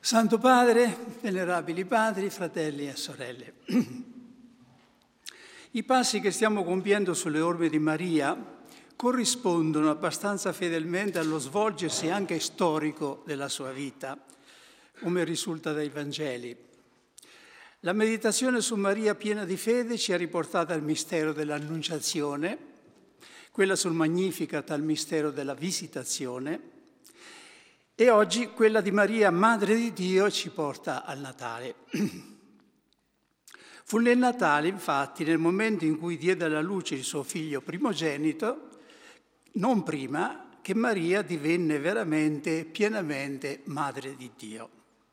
Santo Padre, venerabili padri, fratelli e sorelle, i passi che stiamo compiendo sulle orme di Maria corrispondono abbastanza fedelmente allo svolgersi anche storico della sua vita, come risulta dai Vangeli. La meditazione su Maria piena di fede ci ha riportato al mistero dell'Annunciazione, quella sul Magnificat al mistero della Visitazione, e oggi quella di Maria, Madre di Dio, ci porta al Natale. Fu nel Natale, infatti, nel momento in cui diede alla luce il suo figlio primogenito, non prima, che Maria divenne veramente, pienamente Madre di Dio.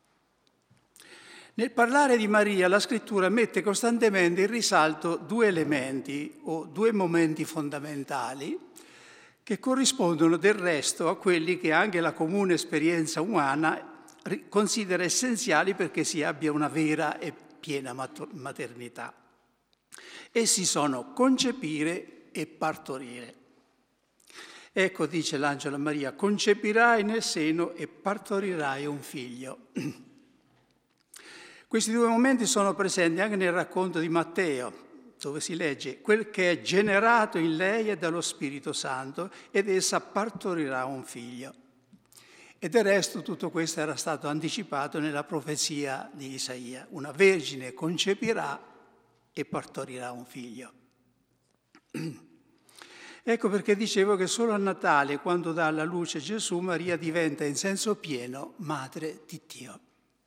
Nel parlare di Maria, la Scrittura mette costantemente in risalto due elementi o due momenti fondamentali che corrispondono del resto a quelli che anche la comune esperienza umana considera essenziali perché si abbia una vera e piena maternità. Essi sono concepire e partorire. Ecco, dice l'angelo a Maria, concepirai nel seno e partorirai un figlio. Questi due momenti sono presenti anche nel racconto di Matteo, dove si legge quel che è generato in lei è dallo Spirito Santo ed essa partorirà un figlio. E del resto tutto questo era stato anticipato nella profezia di Isaia. Una vergine concepirà e partorirà un figlio. Ecco perché dicevo che solo a Natale, quando dà alla luce Gesù, Maria diventa in senso pieno Madre di Dio.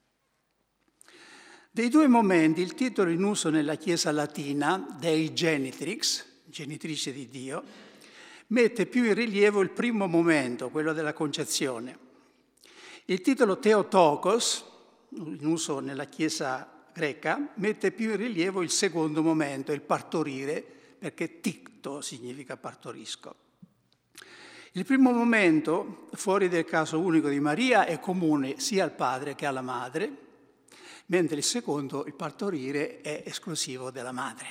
Dei due momenti, il titolo in uso nella Chiesa latina, Dei Genitrix, genitrice di Dio, mette più in rilievo il primo momento, quello della concezione. Il titolo Theotokos, in uso nella Chiesa greca, mette più in rilievo il secondo momento, il partorire, perché ticto significa partorisco. Il primo momento, fuori del caso unico di Maria, è comune sia al padre che alla madre, mentre il secondo, il partorire, è esclusivo della madre.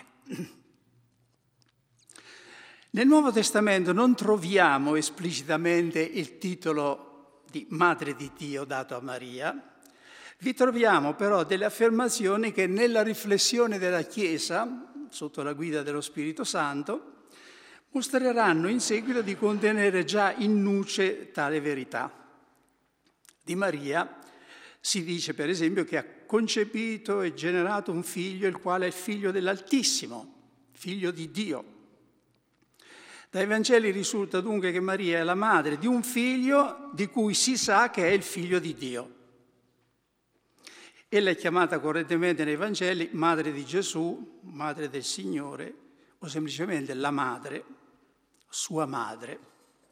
Nel Nuovo Testamento non troviamo esplicitamente il titolo di Madre di Dio dato a Maria, vi troviamo però delle affermazioni che nella riflessione della Chiesa, sotto la guida dello Spirito Santo, mostreranno in seguito di contenere già in nuce tale verità. Di Maria si dice, per esempio, che ha concepito e generato un figlio, il quale è il figlio dell'Altissimo, figlio di Dio. Dai Vangeli risulta dunque che Maria è la madre di un figlio di cui si sa che è il figlio di Dio. Ella è chiamata correntemente nei Vangeli madre di Gesù, madre del Signore, o semplicemente la madre, sua madre.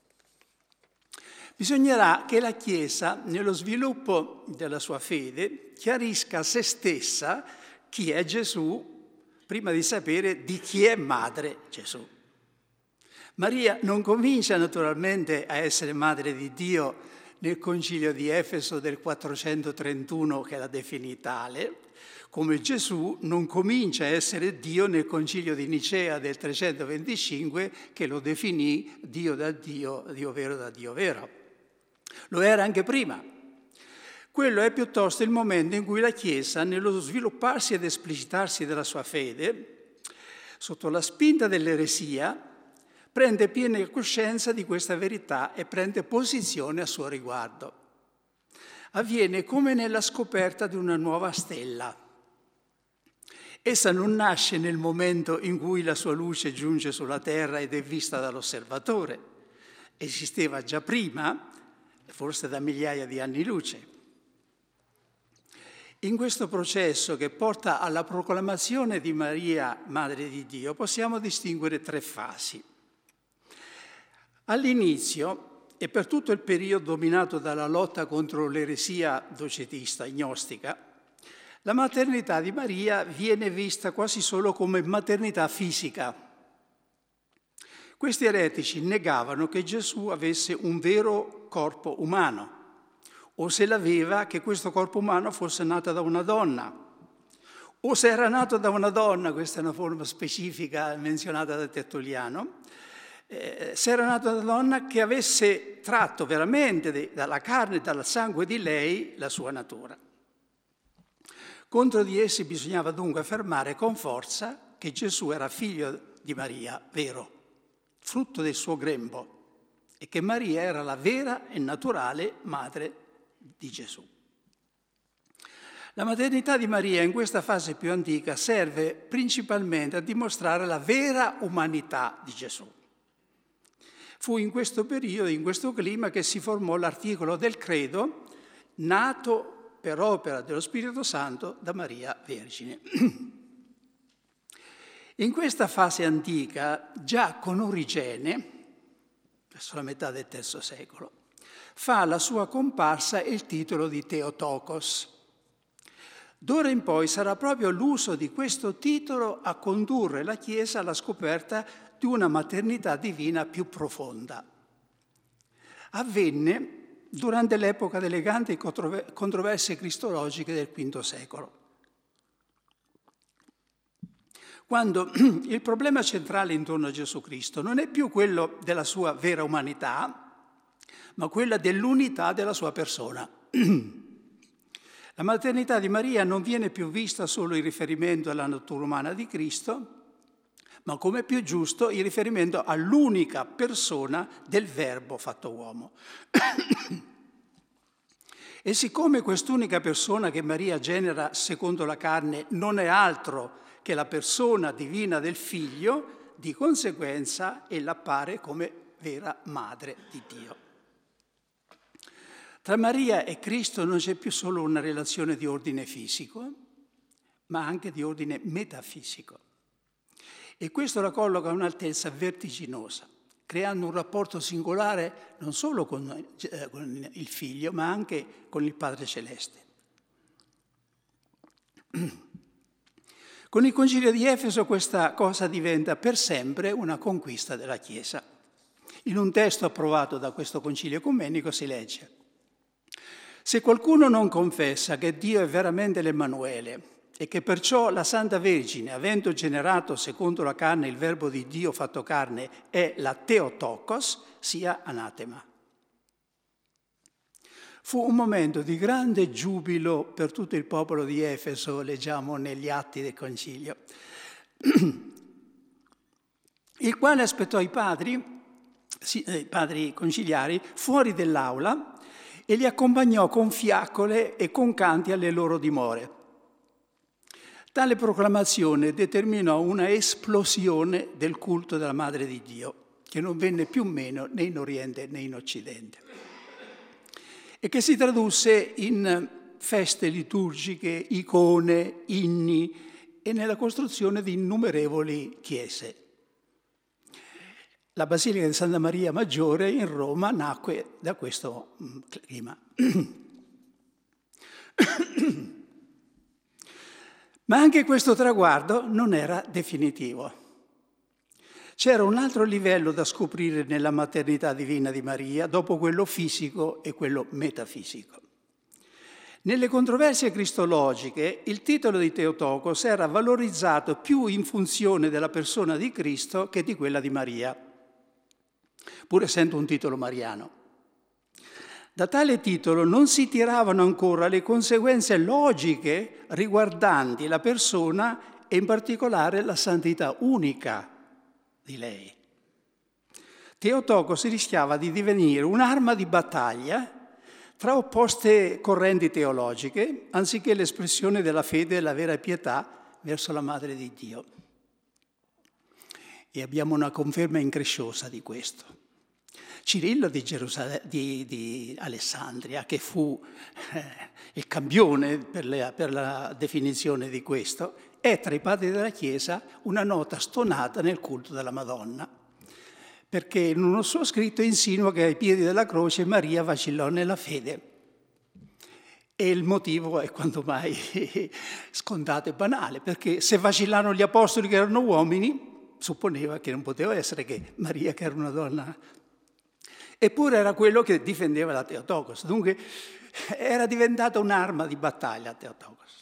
Bisognerà che la Chiesa, nello sviluppo della sua fede, chiarisca a se stessa chi è Gesù, prima di sapere di chi è madre Gesù. Maria non comincia naturalmente a essere madre di Dio nel Concilio di Efeso del 431, che la definì tale, come Gesù non comincia a essere Dio nel Concilio di Nicea del 325, che lo definì Dio da Dio, Dio vero da Dio vero. Lo era anche prima. Quello è piuttosto il momento in cui la Chiesa, nello svilupparsi ed esplicitarsi della sua fede, sotto la spinta dell'eresia, prende piena coscienza di questa verità e prende posizione a suo riguardo. Avviene come nella scoperta di una nuova stella. Essa non nasce nel momento in cui la sua luce giunge sulla terra ed è vista dall'osservatore. Esisteva già prima, forse da migliaia di anni luce. In questo processo che porta alla proclamazione di Maria, Madre di Dio, possiamo distinguere tre fasi. All'inizio, e per tutto il periodo dominato dalla lotta contro l'eresia docetista, gnostica, la maternità di Maria viene vista quasi solo come maternità fisica. Questi eretici negavano che Gesù avesse un vero corpo umano, o se l'aveva che questo corpo umano fosse nato da una donna, o se era nato da una donna, questa è una forma specifica menzionata da Tertulliano, se era nato da una donna che avesse tratto veramente dalla carne e dal sangue di lei la sua natura. Contro di essi bisognava dunque affermare con forza che Gesù era figlio di Maria, vero, frutto del suo grembo, e che Maria era la vera e naturale madre di Gesù. La maternità di Maria in questa fase più antica serve principalmente a dimostrare la vera umanità di Gesù. Fu in questo periodo, in questo clima, che si formò l'articolo del credo, nato per opera dello Spirito Santo da Maria Vergine. In questa fase antica, già con Origene, verso la metà del III secolo, fa alla sua comparsa il titolo di Theotokos. D'ora in poi sarà proprio l'uso di questo titolo a condurre la Chiesa alla scoperta di una maternità divina più profonda. Avvenne durante l'epoca delle grandi controversie cristologiche del V secolo, quando il problema centrale intorno a Gesù Cristo non è più quello della sua vera umanità, ma quella dell'unità della sua persona. La maternità di Maria non viene più vista solo in riferimento alla natura umana di Cristo, ma come più giusto in riferimento all'unica persona del Verbo fatto uomo. E siccome quest'unica persona che Maria genera secondo la carne non è altro che la persona divina del Figlio, di conseguenza ella appare come vera madre di Dio. Tra Maria e Cristo non c'è più solo una relazione di ordine fisico, ma anche di ordine metafisico. E questo la colloca a un'altezza vertiginosa, creando un rapporto singolare non solo con il Figlio, ma anche con il Padre Celeste. Con il Concilio di Efeso questa cosa diventa per sempre una conquista della Chiesa. In un testo approvato da questo Concilio ecumenico si legge: se qualcuno non confessa che Dio è veramente l'Emmanuele e che perciò la Santa Vergine, avendo generato secondo la carne il Verbo di Dio fatto carne, è la Theotokos, sia anatema. Fu un momento di grande giubilo per tutto il popolo di Efeso, leggiamo negli atti del Concilio, il quale aspettò i padri conciliari fuori dell'aula e li accompagnò con fiaccole e con canti alle loro dimore. Tale proclamazione determinò una esplosione del culto della Madre di Dio, che non venne più meno né in Oriente né in Occidente, e che si tradusse in feste liturgiche, icone, inni e nella costruzione di innumerevoli chiese. La Basilica di Santa Maria Maggiore in Roma nacque da questo clima. Ma anche questo traguardo non era definitivo. C'era un altro livello da scoprire nella maternità divina di Maria, dopo quello fisico e quello metafisico. Nelle controversie cristologiche, il titolo di Theotokos era valorizzato più in funzione della persona di Cristo che di quella di Maria, pur essendo un titolo mariano. Da tale titolo non si tiravano ancora le conseguenze logiche riguardanti la persona e in particolare la santità unica di lei. Theotokos rischiava di divenire un'arma di battaglia tra opposte correnti teologiche, anziché l'espressione della fede e della vera pietà verso la Madre di Dio. E abbiamo una conferma incresciosa di questo. Cirillo di Alessandria, che fu il campione per la definizione di questo, è tra i padri della Chiesa una nota stonata nel culto della Madonna, perché in uno suo scritto insinua che ai piedi della croce Maria vacillò nella fede. E il motivo è quanto mai scontato e banale, perché se vacillavano gli apostoli che erano uomini, supponeva che non poteva essere che Maria, che era una donna. Eppure era quello che difendeva la Theotokos, dunque era diventata un'arma di battaglia la Theotokos.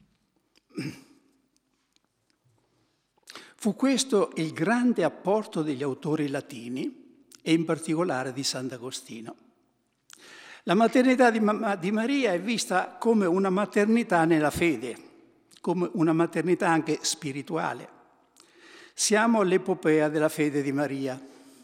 Fu questo il grande apporto degli autori latini e in particolare di Sant'Agostino. La maternità di Maria è vista come una maternità nella fede, come una maternità anche spirituale. Siamo all'epopea della fede di Maria.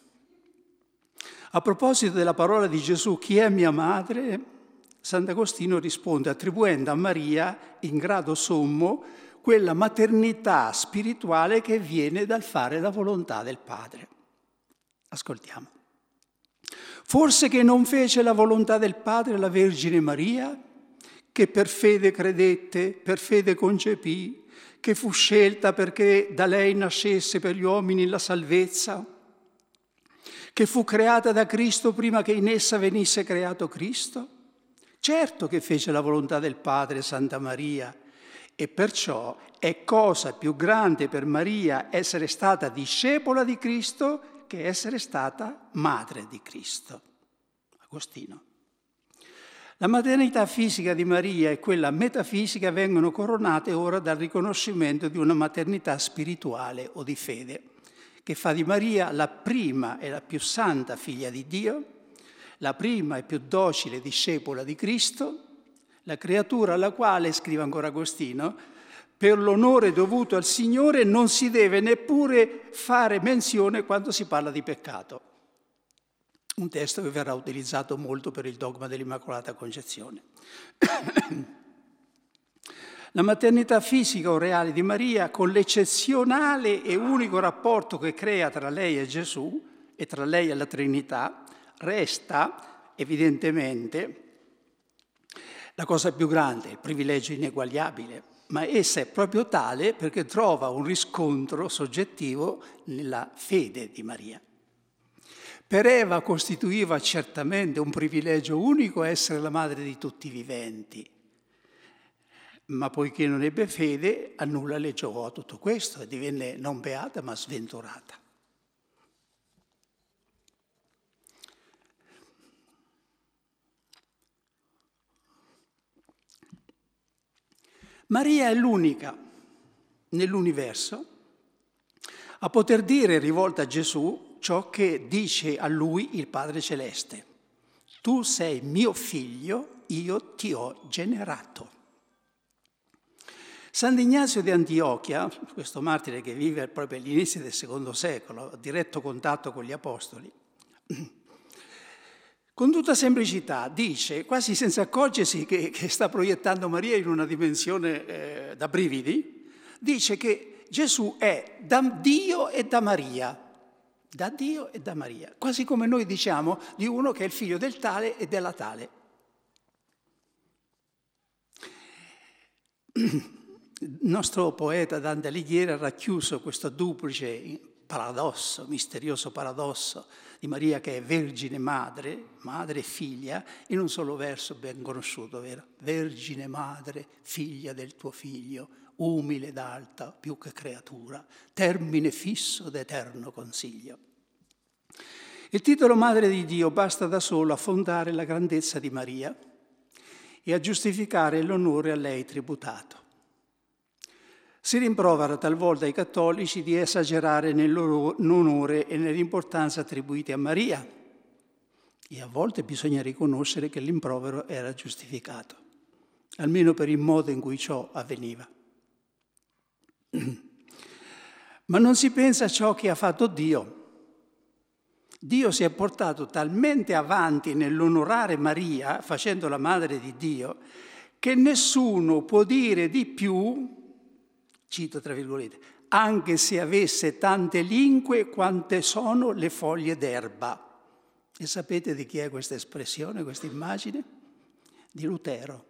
A proposito della parola di Gesù, chi è mia madre? Sant'Agostino risponde attribuendo a Maria, in grado sommo, quella maternità spirituale che viene dal fare la volontà del Padre. Ascoltiamo. Forse che non fece la volontà del Padre la Vergine Maria, che per fede credette, per fede concepì, che fu scelta perché da lei nascesse per gli uomini la salvezza, che fu creata da Cristo prima che in essa venisse creato Cristo? Certo che fece la volontà del Padre Santa Maria, e perciò è cosa più grande per Maria essere stata discepola di Cristo che essere stata madre di Cristo. Agostino. La maternità fisica di Maria e quella metafisica vengono coronate ora dal riconoscimento di una maternità spirituale o di fede, che fa di Maria la prima e la più santa figlia di Dio, la prima e più docile discepola di Cristo, la creatura alla quale, scrive ancora Agostino, per l'onore dovuto al Signore non si deve neppure fare menzione quando si parla di peccato. Un testo che verrà utilizzato molto per il dogma dell'Immacolata Concezione. La maternità fisica o reale di Maria, con l'eccezionale e unico rapporto che crea tra lei e Gesù e tra lei e la Trinità, resta evidentemente la cosa più grande, il privilegio ineguagliabile, ma essa è proprio tale perché trova un riscontro soggettivo nella fede di Maria. Per Eva costituiva certamente un privilegio unico essere la madre di tutti i viventi, ma poiché non ebbe fede, a nulla le giovò tutto questo e divenne non beata ma sventurata. Maria è l'unica nell'universo a poter dire, rivolta a Gesù, ciò che dice a lui il Padre Celeste. Tu sei mio figlio, io ti ho generato. Sant'Ignazio di Antiochia, questo martire che vive proprio agli inizi del secondo secolo, a diretto contatto con gli apostoli, con tutta semplicità dice, quasi senza accorgersi che sta proiettando Maria in una dimensione da brividi, dice che Gesù è da Dio e da Maria, quasi come noi diciamo di uno che è il figlio del tale e della tale. Il nostro poeta Dante Alighieri ha racchiuso questo duplice paradosso, misterioso paradosso di Maria che è vergine madre e figlia, in un solo verso ben conosciuto, vero? Vergine madre, figlia del tuo figlio, umile ed alta, più che creatura, termine fisso d'eterno consiglio. Il titolo Madre di Dio basta da solo a fondare la grandezza di Maria e a giustificare l'onore a lei tributato. Si rimprovera talvolta ai cattolici di esagerare nell'onore e nell'importanza attribuiti a Maria e a volte bisogna riconoscere che l'improvero era giustificato, almeno per il modo in cui ciò avveniva. Ma non si pensa a ciò che ha fatto Dio. Dio si è portato talmente avanti nell'onorare Maria, facendola madre di Dio, che nessuno può dire di più, cito tra virgolette, anche se avesse tante lingue quante sono le foglie d'erba. E sapete di chi è questa espressione, questa immagine? Di Lutero.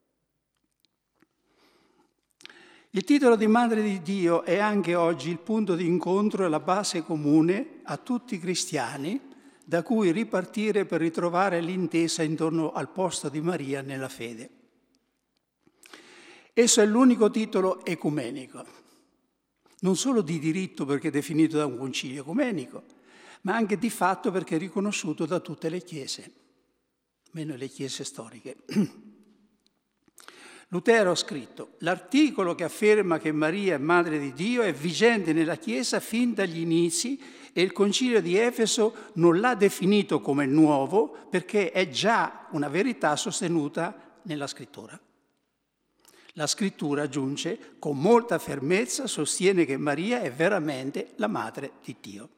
Il titolo di Madre di Dio è anche oggi il punto di incontro e la base comune a tutti i cristiani da cui ripartire per ritrovare l'intesa intorno al posto di Maria nella fede. Esso è l'unico titolo ecumenico, non solo di diritto perché definito da un concilio ecumenico, ma anche di fatto perché è riconosciuto da tutte le chiese, meno le chiese storiche. Lutero ha scritto: l'articolo che afferma che Maria è Madre di Dio è vigente nella Chiesa fin dagli inizi e il Concilio di Efeso non l'ha definito come nuovo perché è già una verità sostenuta nella Scrittura. La scrittura, aggiunge, con molta fermezza sostiene che Maria è veramente la madre di Dio.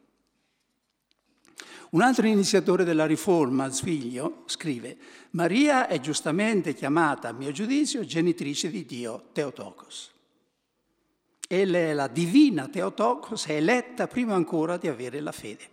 Un altro iniziatore della Riforma, Zwinglio, scrive: Maria è giustamente chiamata, a mio giudizio, genitrice di Dio, Theotokos. Ella è la divina Theotokos, è eletta prima ancora di avere la fede.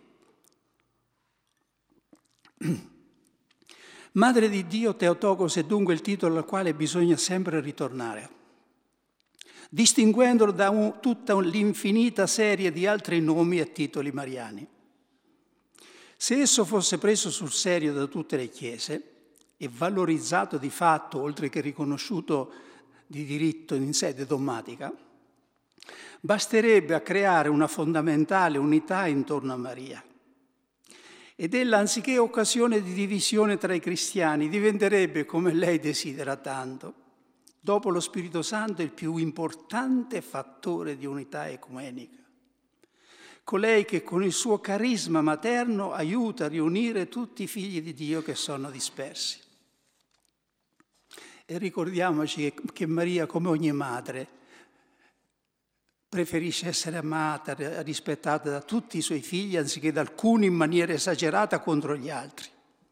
Madre di Dio, Theotokos, è dunque il titolo al quale bisogna sempre ritornare, distinguendolo da tutta l'infinita serie di altri nomi e titoli mariani. Se esso fosse preso sul serio da tutte le chiese e valorizzato di fatto, oltre che riconosciuto di diritto in sede dogmatica, basterebbe a creare una fondamentale unità intorno a Maria. Ed ella, anziché occasione di divisione tra i cristiani, diventerebbe, come lei desidera tanto, dopo lo Spirito Santo, il più importante fattore di unità ecumenica. Colei che con il suo carisma materno aiuta a riunire tutti i figli di Dio che sono dispersi. E ricordiamoci che Maria, come ogni madre, preferisce essere amata, rispettata da tutti i suoi figli, anziché da alcuni in maniera esagerata contro gli altri.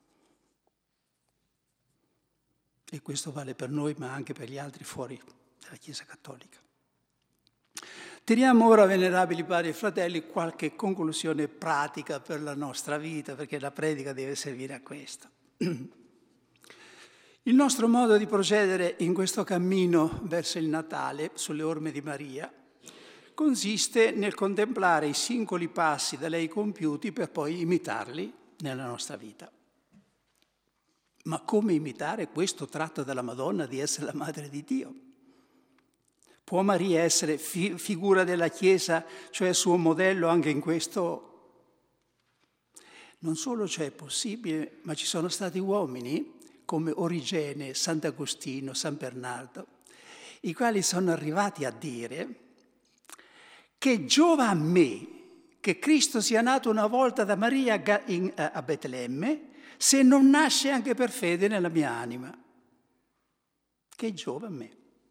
E questo vale per noi, ma anche per gli altri fuori dalla Chiesa Cattolica. Tiriamo ora, venerabili padri e fratelli, qualche conclusione pratica per la nostra vita, perché la predica deve servire a questo. Il nostro modo di procedere in questo cammino verso il Natale, sulle orme di Maria, consiste nel contemplare i singoli passi da lei compiuti per poi imitarli nella nostra vita. Ma come imitare questo tratto della Madonna di essere la Madre di Dio? Può Maria essere figura della Chiesa, cioè suo modello anche in questo? Non solo ciò è possibile, ma ci sono stati uomini come Origene, Sant'Agostino, San Bernardo, i quali sono arrivati a dire che giova a me che Cristo sia nato una volta da Maria a Betlemme, se non nasce anche per fede nella mia anima. Che giova a me.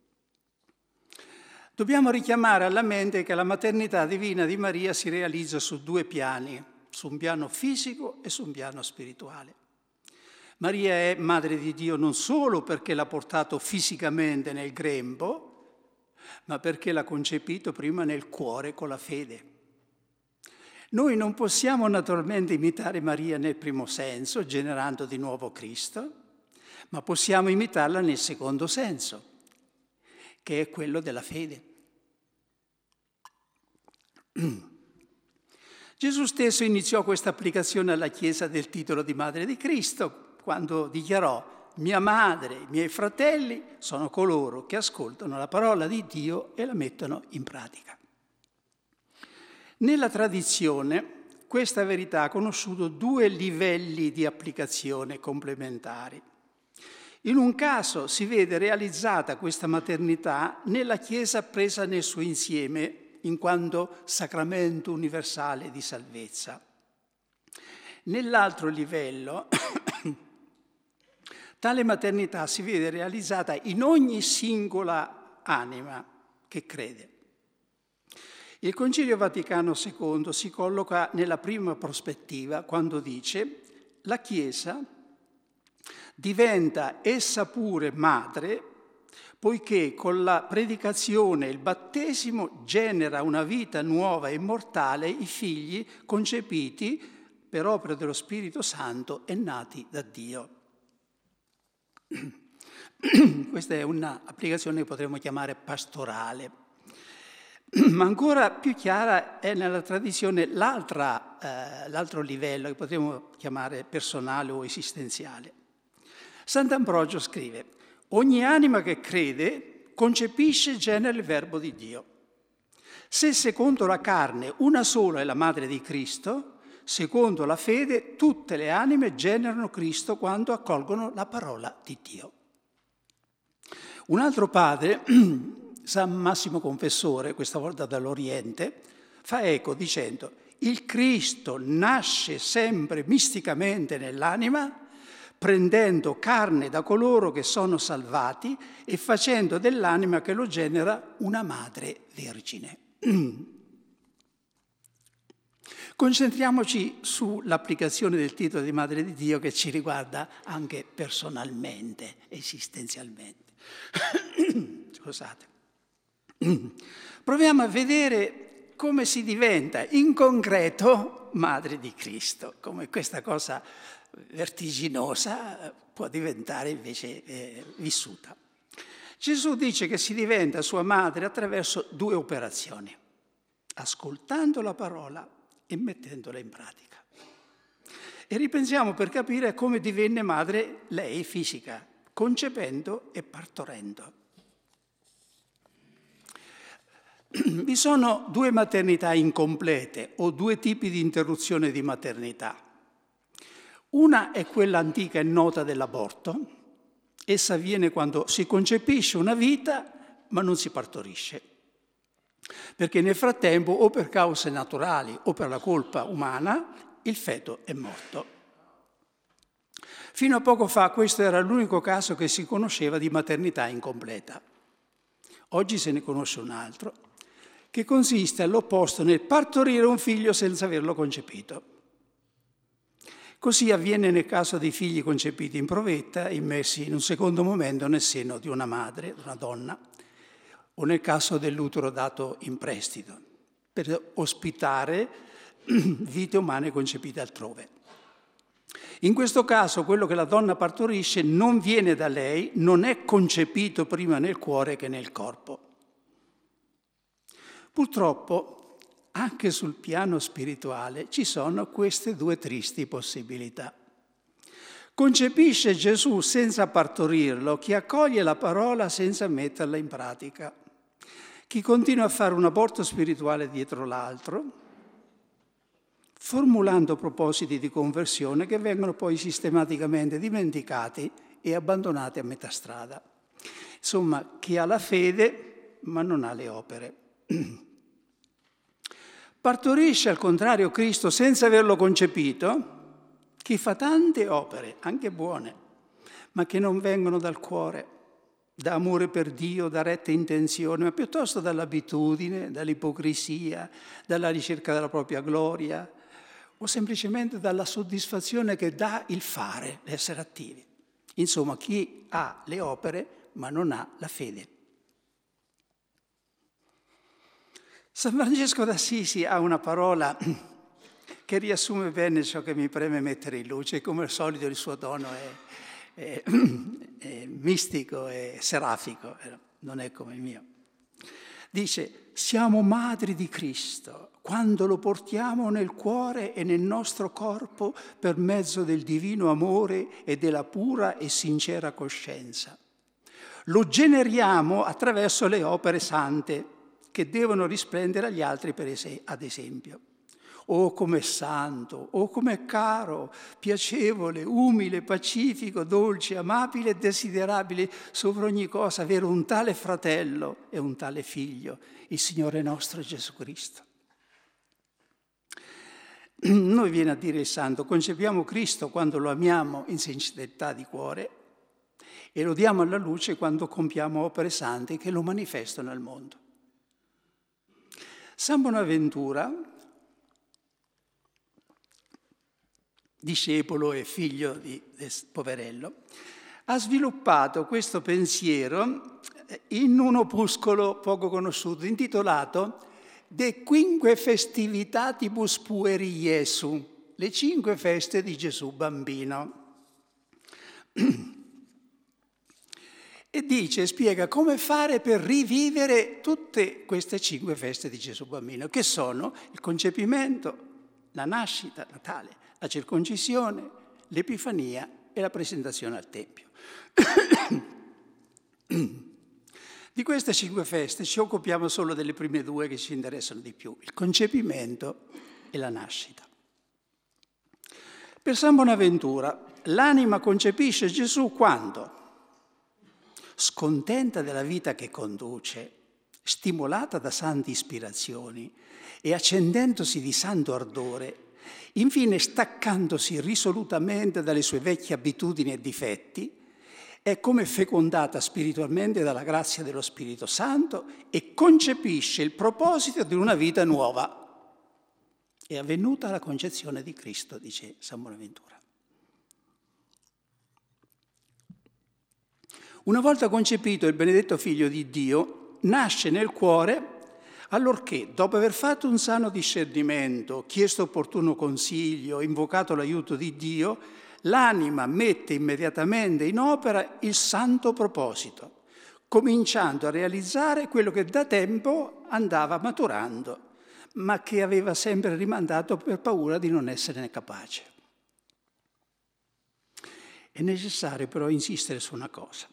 Dobbiamo richiamare alla mente che la maternità divina di Maria si realizza su due piani, su un piano fisico e su un piano spirituale. Maria è madre di Dio non solo perché l'ha portato fisicamente nel grembo, ma perché l'ha concepito prima nel cuore con la fede. Noi non possiamo naturalmente imitare Maria nel primo senso, generando di nuovo Cristo, ma possiamo imitarla nel secondo senso, che è quello della fede. Gesù stesso iniziò questa applicazione alla Chiesa del titolo di Madre di Cristo quando dichiarò: mia madre, i miei fratelli sono coloro che ascoltano la parola di Dio e la mettono in pratica. Nella tradizione questa verità ha conosciuto due livelli di applicazione complementari. In un caso si vede realizzata questa maternità nella Chiesa presa nel suo insieme, in quanto sacramento universale di salvezza. Nell'altro livello, tale maternità si vede realizzata in ogni singola anima che crede. Il Concilio Vaticano II si colloca nella prima prospettiva quando dice: la Chiesa diventa essa pure madre, poiché con la predicazione e il battesimo genera una vita nuova e immortale i figli concepiti per opera dello Spirito Santo e nati da Dio. Questa è un'applicazione che potremmo chiamare pastorale. Ma ancora più chiara è nella tradizione l'altro livello che potremmo chiamare personale o esistenziale. Sant'Ambrogio scrive: ogni anima che crede concepisce e genera il Verbo di Dio. Se secondo la carne una sola è la madre di Cristo, secondo la fede tutte le anime generano Cristo quando accolgono la parola di Dio. Un altro padre, San Massimo Confessore, questa volta dall'Oriente, fa eco dicendo: il Cristo nasce sempre misticamente nell'anima prendendo carne da coloro che sono salvati e facendo dell'anima che lo genera una madre vergine. Concentriamoci sull'applicazione del titolo di Madre di Dio che ci riguarda anche personalmente, esistenzialmente. Scusate. Proviamo a vedere come si diventa in concreto Madre di Cristo, come questa cosa vertiginosa può diventare invece vissuta. Gesù dice che si diventa sua madre attraverso 2 operazioni: ascoltando la parola e mettendola in pratica. E ripensiamo per capire come divenne madre lei fisica, concependo e partorendo. Vi sono 2 maternità incomplete o 2 tipi di interruzione di maternità. Una è quella antica e nota dell'aborto. Essa avviene quando si concepisce una vita ma non si partorisce, perché nel frattempo, o per cause naturali o per la colpa umana, il feto è morto. Fino a poco fa questo era l'unico caso che si conosceva di maternità incompleta. Oggi se ne conosce un altro, che consiste all'opposto nel partorire un figlio senza averlo concepito. Così avviene nel caso dei figli concepiti in provetta, immessi in un secondo momento nel seno di una madre, di una donna, o nel caso dell'utero dato in prestito, per ospitare vite umane concepite altrove. In questo caso quello che la donna partorisce non viene da lei, non è concepito prima nel cuore che nel corpo. Purtroppo, anche sul piano spirituale, ci sono queste 2 tristi possibilità. Concepisce Gesù senza partorirlo chi accoglie la parola senza metterla in pratica, chi continua a fare un aborto spirituale dietro l'altro, formulando propositi di conversione che vengono poi sistematicamente dimenticati e abbandonati a metà strada. Insomma, chi ha la fede ma non ha le opere. Partorisce al contrario Cristo senza averlo concepito chi fa tante opere, anche buone, ma che non vengono dal cuore, da amore per Dio, da retta intenzione, ma piuttosto dall'abitudine, dall'ipocrisia, dalla ricerca della propria gloria o semplicemente dalla soddisfazione che dà il fare, l'essere attivi. Insomma, chi ha le opere ma non ha la fede. San Francesco d'Assisi ha una parola che riassume bene ciò che mi preme mettere in luce. Come al solito il suo tono è mistico e serafico, non è come il mio. Dice: siamo madri di Cristo quando lo portiamo nel cuore e nel nostro corpo per mezzo del divino amore e della pura e sincera coscienza. Lo generiamo attraverso le opere sante che devono risplendere agli altri, ad esempio. Oh, com'è santo, oh, com'è caro, piacevole, umile, pacifico, dolce, amabile e desiderabile sopra ogni cosa avere un tale fratello e un tale figlio, il Signore nostro Gesù Cristo. Noi, viene a dire il santo, concepiamo Cristo quando lo amiamo in sincerità di cuore e lo diamo alla luce quando compiamo opere sante che lo manifestano al mondo. San Bonaventura, discepolo e figlio di Poverello, ha sviluppato questo pensiero in un opuscolo poco conosciuto intitolato De Quinque Festivitatibus Pueri Iesu, le 5 feste di Gesù bambino. E spiega come fare per rivivere tutte queste 5 feste di Gesù bambino, che sono il concepimento, la nascita, Natale, la circoncisione, l'Epifania e la presentazione al Tempio. Di queste 5 feste ci occupiamo solo delle prime 2 che ci interessano di più, il concepimento e la nascita. Per San Bonaventura, l'anima concepisce Gesù quando, scontenta della vita che conduce, stimolata da sante ispirazioni e accendendosi di santo ardore, Infine, staccandosi risolutamente dalle sue vecchie abitudini e difetti, è come fecondata spiritualmente dalla grazia dello Spirito Santo e concepisce il proposito di una vita nuova. È avvenuta la concezione di Cristo, dice San Bonaventura. Una volta concepito il benedetto Figlio di Dio, nasce nel cuore allorché, dopo aver fatto un sano discernimento, chiesto opportuno consiglio, invocato l'aiuto di Dio, l'anima mette immediatamente in opera il santo proposito, cominciando a realizzare quello che da tempo andava maturando, ma che aveva sempre rimandato per paura di non esserne capace. È necessario però insistere su una cosa.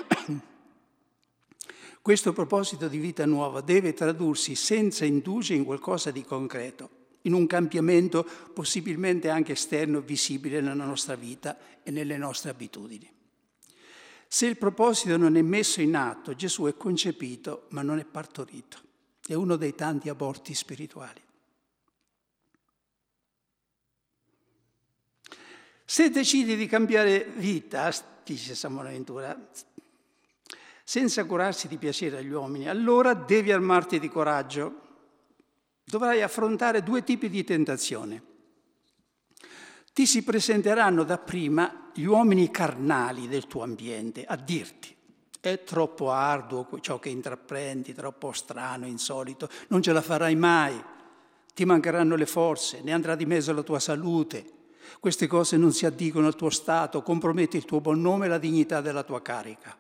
Questo proposito di vita nuova deve tradursi senza indugi in qualcosa di concreto, in un cambiamento possibilmente anche esterno e visibile nella nostra vita e nelle nostre abitudini. Se il proposito non è messo in atto, Gesù è concepito ma non è partorito. È uno dei tanti aborti spirituali. Se decidi di cambiare vita, dice San Bonaventura, senza curarsi di piacere agli uomini, allora devi armarti di coraggio. Dovrai affrontare due tipi di tentazione. Ti si presenteranno dapprima gli uomini carnali del tuo ambiente a dirti: è troppo arduo ciò che intraprendi, troppo strano, insolito, non ce la farai mai, ti mancheranno le forze, ne andrà di mezzo la tua salute, queste cose non si addicono al tuo stato, comprometti il tuo buon nome e la dignità della tua carica.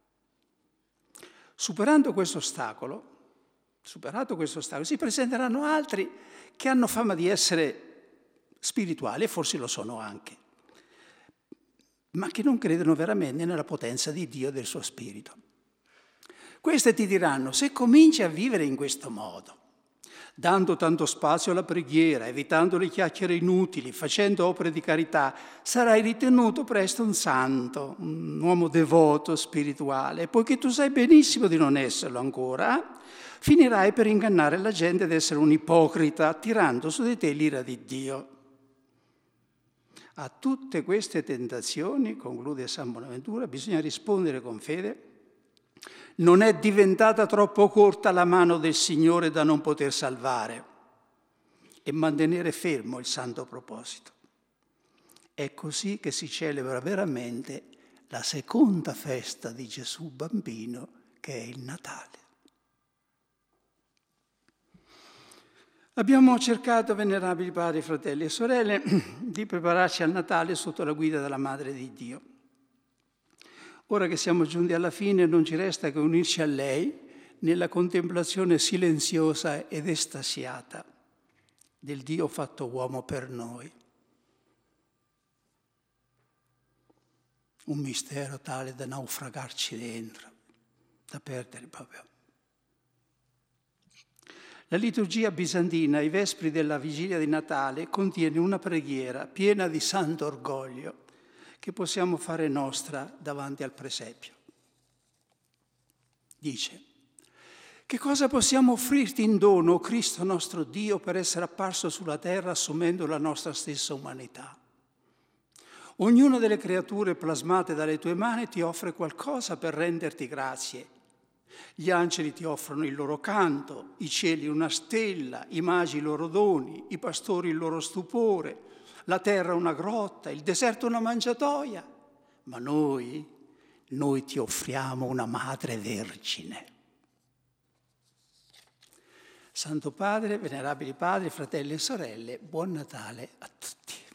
Superato questo ostacolo, si presenteranno altri che hanno fama di essere spirituali, e forse lo sono anche, ma che non credono veramente nella potenza di Dio e del suo Spirito. Queste ti diranno: se cominci a vivere in questo modo, dando tanto spazio alla preghiera, evitando le chiacchiere inutili, facendo opere di carità, sarai ritenuto presto un santo, un uomo devoto, spirituale. Poiché tu sai benissimo di non esserlo ancora, finirai per ingannare la gente ad essere un ipocrita, attirando su di te l'ira di Dio. A tutte queste tentazioni, conclude San Bonaventura, bisogna rispondere con fede: non è diventata troppo corta la mano del Signore da non poter salvare, e mantenere fermo il santo proposito. È così che si celebra veramente la seconda festa di Gesù bambino, che è il Natale. Abbiamo cercato, venerabili padri, fratelli e sorelle, di prepararci al Natale sotto la guida della Madre di Dio. Ora che siamo giunti alla fine, non ci resta che unirci a lei nella contemplazione silenziosa ed estasiata del Dio fatto uomo per noi. Un mistero tale da naufragarci dentro, da perdere proprio. La liturgia bizantina, ai vespri della vigilia di Natale, contiene una preghiera piena di santo orgoglio che possiamo fare nostra davanti al presepio. Dice: che cosa possiamo offrirti in dono, o Cristo nostro Dio, per essere apparso sulla terra assumendo la nostra stessa umanità? Ognuna delle creature plasmate dalle tue mani ti offre qualcosa per renderti grazie. Gli angeli ti offrono il loro canto, i cieli una stella, i magi i loro doni, i pastori il loro stupore, la terra una grotta, il deserto una mangiatoia. Ma noi ti offriamo una Madre Vergine. Santo Padre, venerabili padri, fratelli e sorelle, buon Natale a tutti.